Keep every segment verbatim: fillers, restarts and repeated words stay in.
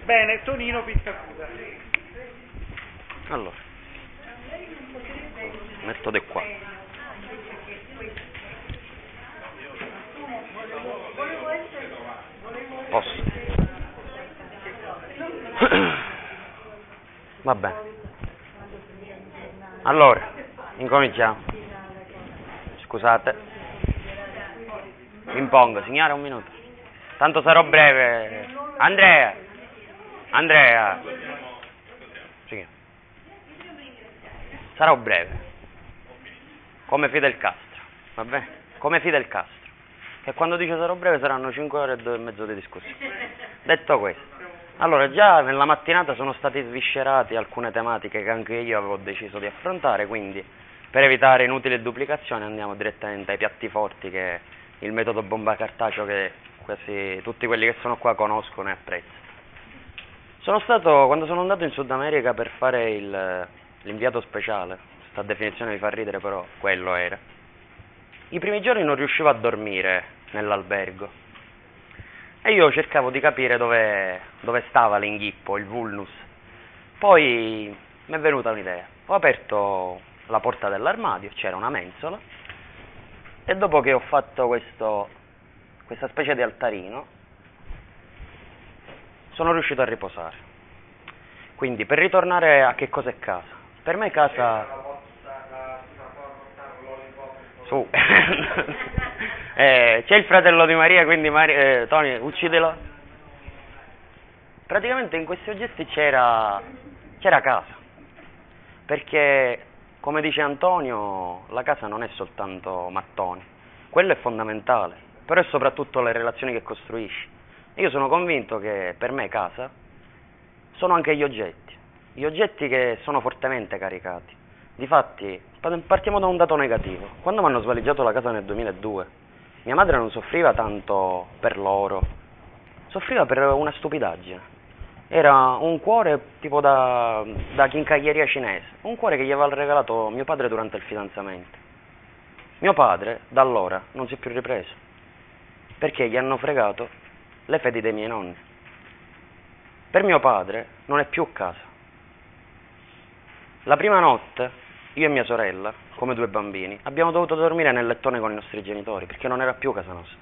Bene, Tonino Pizzacuda. Allora, metto di qua. Posso? Va bene. Allora, incominciamo. Scusate. Mi impongo, signora, un minuto. Tanto sarò breve. Andrea. Andrea. Signora. Sarò breve. Come Fidel Castro. Va bene? Come Fidel Castro. Che quando dice sarò breve saranno cinque ore e due e mezzo di discussione. Detto questo. Allora, già nella mattinata sono stati sviscerati alcune tematiche che anche io avevo deciso di affrontare, quindi per evitare inutili duplicazioni andiamo direttamente ai piatti forti, che è il metodo bomba cartaceo che quasi tutti quelli che sono qua conoscono e apprezzano. Sono stato, quando sono andato in Sud America per fare il, l'inviato speciale, questa definizione mi fa ridere, però quello era, i primi giorni non riuscivo a dormire nell'albergo. E io cercavo di capire dove, dove stava l'inghippo, il vulnus. Poi mi è venuta un'idea. Ho aperto la porta dell'armadio, c'era una mensola, e dopo che ho fatto questo, questa specie di altarino, sono riuscito a riposare. Quindi, per ritornare a che cosa è casa. Per me casa... Su... Eh, c'è il fratello di Maria, quindi Maria, eh, Tony, uccidilo. Praticamente in questi oggetti c'era, c'era casa, perché come dice Antonio, la casa non è soltanto mattoni, quello è fondamentale, però è soprattutto le relazioni che costruisci. E io sono convinto che per me casa sono anche gli oggetti, gli oggetti che sono fortemente caricati. Difatti, partiamo da un dato negativo. Quando mi hanno svaligiato la casa nel duemiladue, mia madre non soffriva tanto per l'oro, soffriva per una stupidaggine. Era un cuore tipo da, da chincaglieria cinese, un cuore che gli aveva regalato mio padre durante il fidanzamento. Mio padre, da allora, non si è più ripreso, perché gli hanno fregato le fedi dei miei nonni. Per mio padre non è più casa. La prima notte, io e mia sorella, come due bambini, abbiamo dovuto dormire nel lettone con i nostri genitori, perché non era più casa nostra.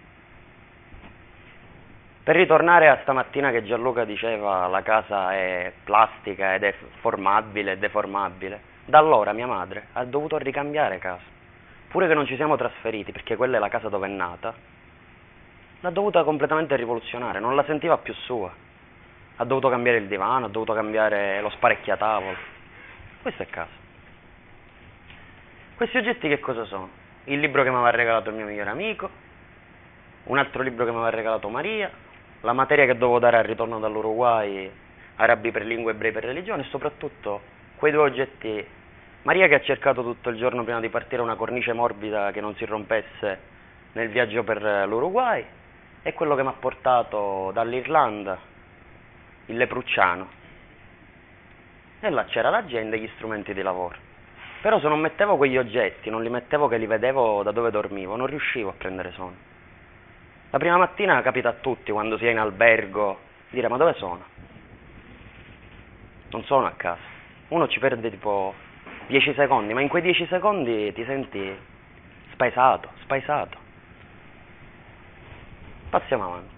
Per ritornare a stamattina che Gianluca diceva la casa è plastica ed è formabile e deformabile, da allora mia madre ha dovuto ricambiare casa. Pure che non ci siamo trasferiti, perché quella è la casa dove è nata, l'ha dovuta completamente rivoluzionare, non la sentiva più sua. Ha dovuto cambiare il divano, ha dovuto cambiare lo sparecchiatavolo. Questa è casa. Questi oggetti che cosa sono? Il libro che mi aveva regalato il mio migliore amico, un altro libro che mi aveva regalato Maria, la materia che dovevo dare al ritorno dall'Uruguay, arabi per lingua, ebrei per religione, e soprattutto quei due oggetti. Maria che ha cercato tutto il giorno prima di partire una cornice morbida che non si rompesse nel viaggio per l'Uruguay, e quello che mi ha portato dall'Irlanda, il leprucciano. E là c'era l'agenda e gli strumenti di lavoro. Però se non mettevo quegli oggetti, non li mettevo che li vedevo da dove dormivo, non riuscivo a prendere sonno. La prima mattina capita a tutti, quando si è in albergo, dire ma dove sono? Non sono a casa. Uno ci perde tipo dieci secondi, ma in quei dieci secondi ti senti spaesato, spaesato. Passiamo avanti.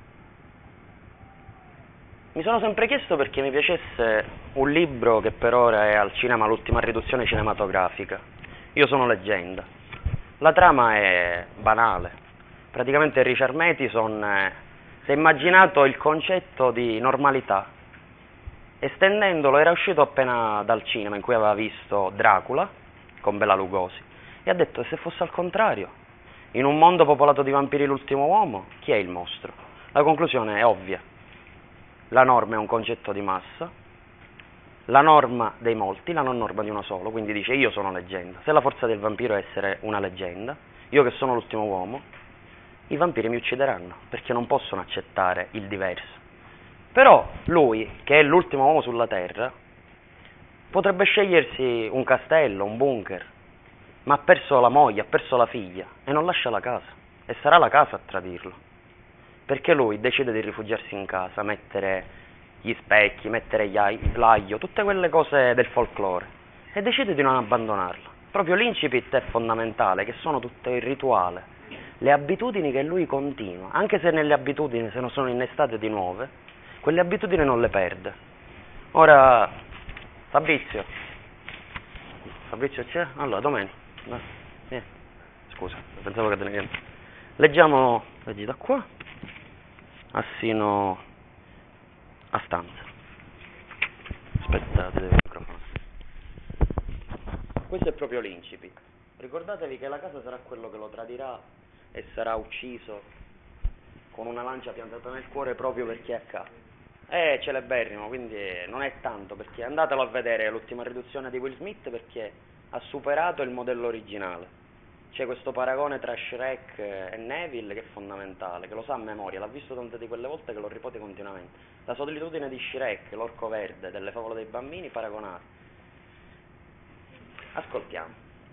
Mi sono sempre chiesto perché mi piacesse un libro che per ora è al cinema l'ultima riduzione cinematografica. Io sono Leggenda. La trama è banale. Praticamente Richard Matheson eh, si è immaginato il concetto di normalità. Estendendolo, era uscito appena dal cinema in cui aveva visto Dracula con Bela Lugosi e ha detto: se fosse al contrario, in un mondo popolato di vampiri l'ultimo uomo, chi è il mostro? La conclusione è ovvia. La norma è un concetto di massa, la norma dei molti, la non norma di uno solo, quindi dice io sono leggenda. Se la forza del vampiro è essere una leggenda, io che sono l'ultimo uomo, i vampiri mi uccideranno, perché non possono accettare il diverso. Però lui, che è l'ultimo uomo sulla terra, potrebbe scegliersi un castello, un bunker, ma ha perso la moglie, ha perso la figlia e non lascia la casa, e sarà la casa a tradirlo. Perché lui decide di rifugiarsi in casa, mettere gli specchi, mettere gli ai- l'aglio, tutte quelle cose del folklore, e decide di non abbandonarla. Proprio l'incipit è fondamentale, che sono tutto il rituale, le abitudini che lui continua, anche se nelle abitudini se ne sono innestate di nuove, quelle abitudini non le perde. Ora, Fabrizio, Fabrizio c'è? Allora, Domenico, no, vieni. Scusa, pensavo che te ne vieni. Leggiamo, vedi da qua, assino a stanza. Aspettate, devo il microfono. Questo è proprio l'incipit. Ricordatevi che la casa sarà quello che lo tradirà e sarà ucciso con una lancia piantata nel cuore proprio perché è a casa. È celeberrimo, quindi non è tanto, perché andatelo a vedere l'ultima riduzione di Will Smith, perché ha superato il modello originale. C'è questo paragone tra Shrek e Neville che è fondamentale, che lo sa a memoria, l'ha visto tante di quelle volte che lo ripete continuamente. La solitudine di Shrek, l'orco verde, delle favole dei bambini, paragonate. Ascoltiamo.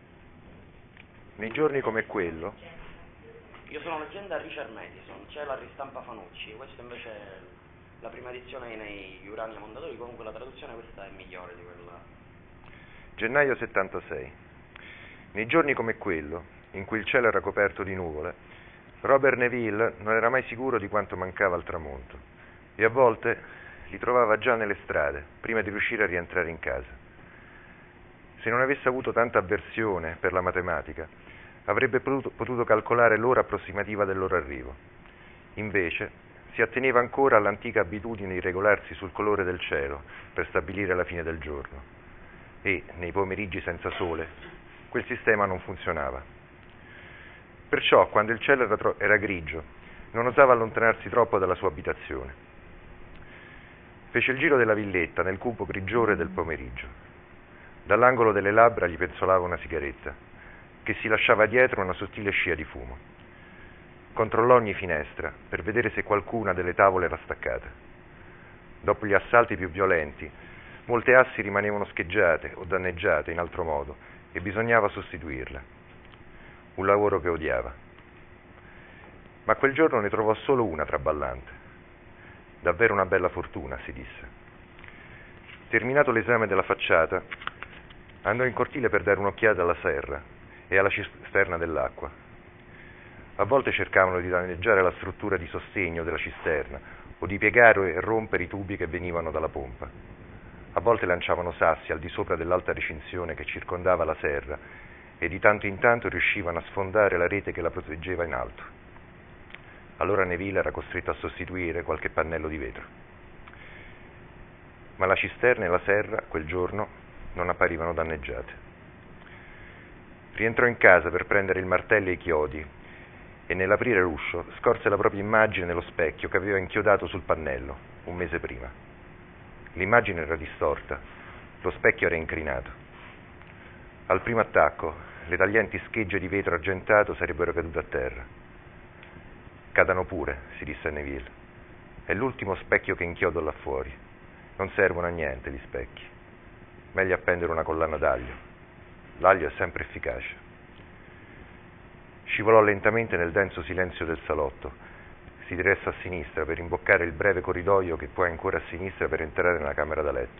Nei giorni come quello, Io sono leggenda Richard Madison, c'è la ristampa Fanucci, questa invece è la prima edizione nei Urania Mondadori, comunque la traduzione questa è migliore di quella. gennaio settantasei. Nei giorni come quello, in cui il cielo era coperto di nuvole, Robert Neville non era mai sicuro di quanto mancava al tramonto e a volte li trovava già nelle strade, prima di riuscire a rientrare in casa. Se non avesse avuto tanta avversione per la matematica, avrebbe potuto, potuto calcolare l'ora approssimativa del loro arrivo. Invece, si atteneva ancora all'antica abitudine di regolarsi sul colore del cielo per stabilire la fine del giorno. E, nei pomeriggi senza sole, quel sistema non funzionava. Perciò, quando il cielo era, tro- era grigio, non osava allontanarsi troppo dalla sua abitazione. Fece il giro della villetta nel cupo grigiore del pomeriggio. Dall'angolo delle labbra gli penzolava una sigaretta, che si lasciava dietro una sottile scia di fumo. Controllò ogni finestra per vedere se qualcuna delle tavole era staccata. Dopo gli assalti più violenti, molte assi rimanevano scheggiate o danneggiate in altro modo e bisognava sostituirle. Un lavoro che odiava. Ma quel giorno ne trovò solo una traballante. Davvero una bella fortuna, si disse. Terminato l'esame della facciata, andò in cortile per dare un'occhiata alla serra e alla cisterna dell'acqua. A volte cercavano di danneggiare la struttura di sostegno della cisterna o di piegare e rompere i tubi che venivano dalla pompa. A volte lanciavano sassi al di sopra dell'alta recinzione che circondava la serra e di tanto in tanto riuscivano a sfondare la rete che la proteggeva in alto. Allora Neville era costretto a sostituire qualche pannello di vetro. Ma la cisterna e la serra, quel giorno, non apparivano danneggiate. Rientrò in casa per prendere il martello e i chiodi e nell'aprire l'uscio scorse la propria immagine nello specchio che aveva inchiodato sul pannello un mese prima. L'immagine era distorta, lo specchio era inclinato. Al primo attacco, le taglienti schegge di vetro argentato sarebbero cadute a terra. Cadano pure, si disse a Neville. È l'ultimo specchio che inchiodo là fuori. Non servono a niente gli specchi. Meglio appendere una collana d'aglio. L'aglio è sempre efficace. Scivolò lentamente nel denso silenzio del salotto. Si diresse a sinistra per imboccare il breve corridoio che poi ancora a sinistra per entrare nella camera da letto.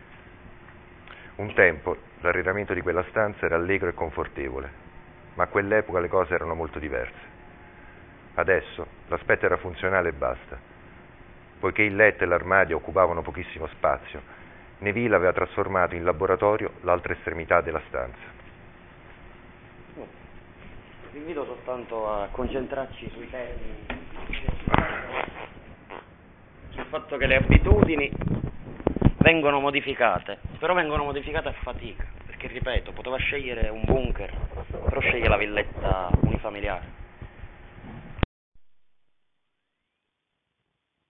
Un tempo l'arredamento di quella stanza era allegro e confortevole, ma a quell'epoca le cose erano molto diverse. Adesso l'aspetto era funzionale e basta. Poiché il letto e l'armadio occupavano pochissimo spazio, Neville aveva trasformato in laboratorio l'altra estremità della stanza. Vi invito soltanto a concentrarci sui termini, sul fatto che le abitudini vengono modificate, però vengono modificate a fatica, perché ripeto, poteva scegliere un bunker, però sceglie la villetta unifamiliare.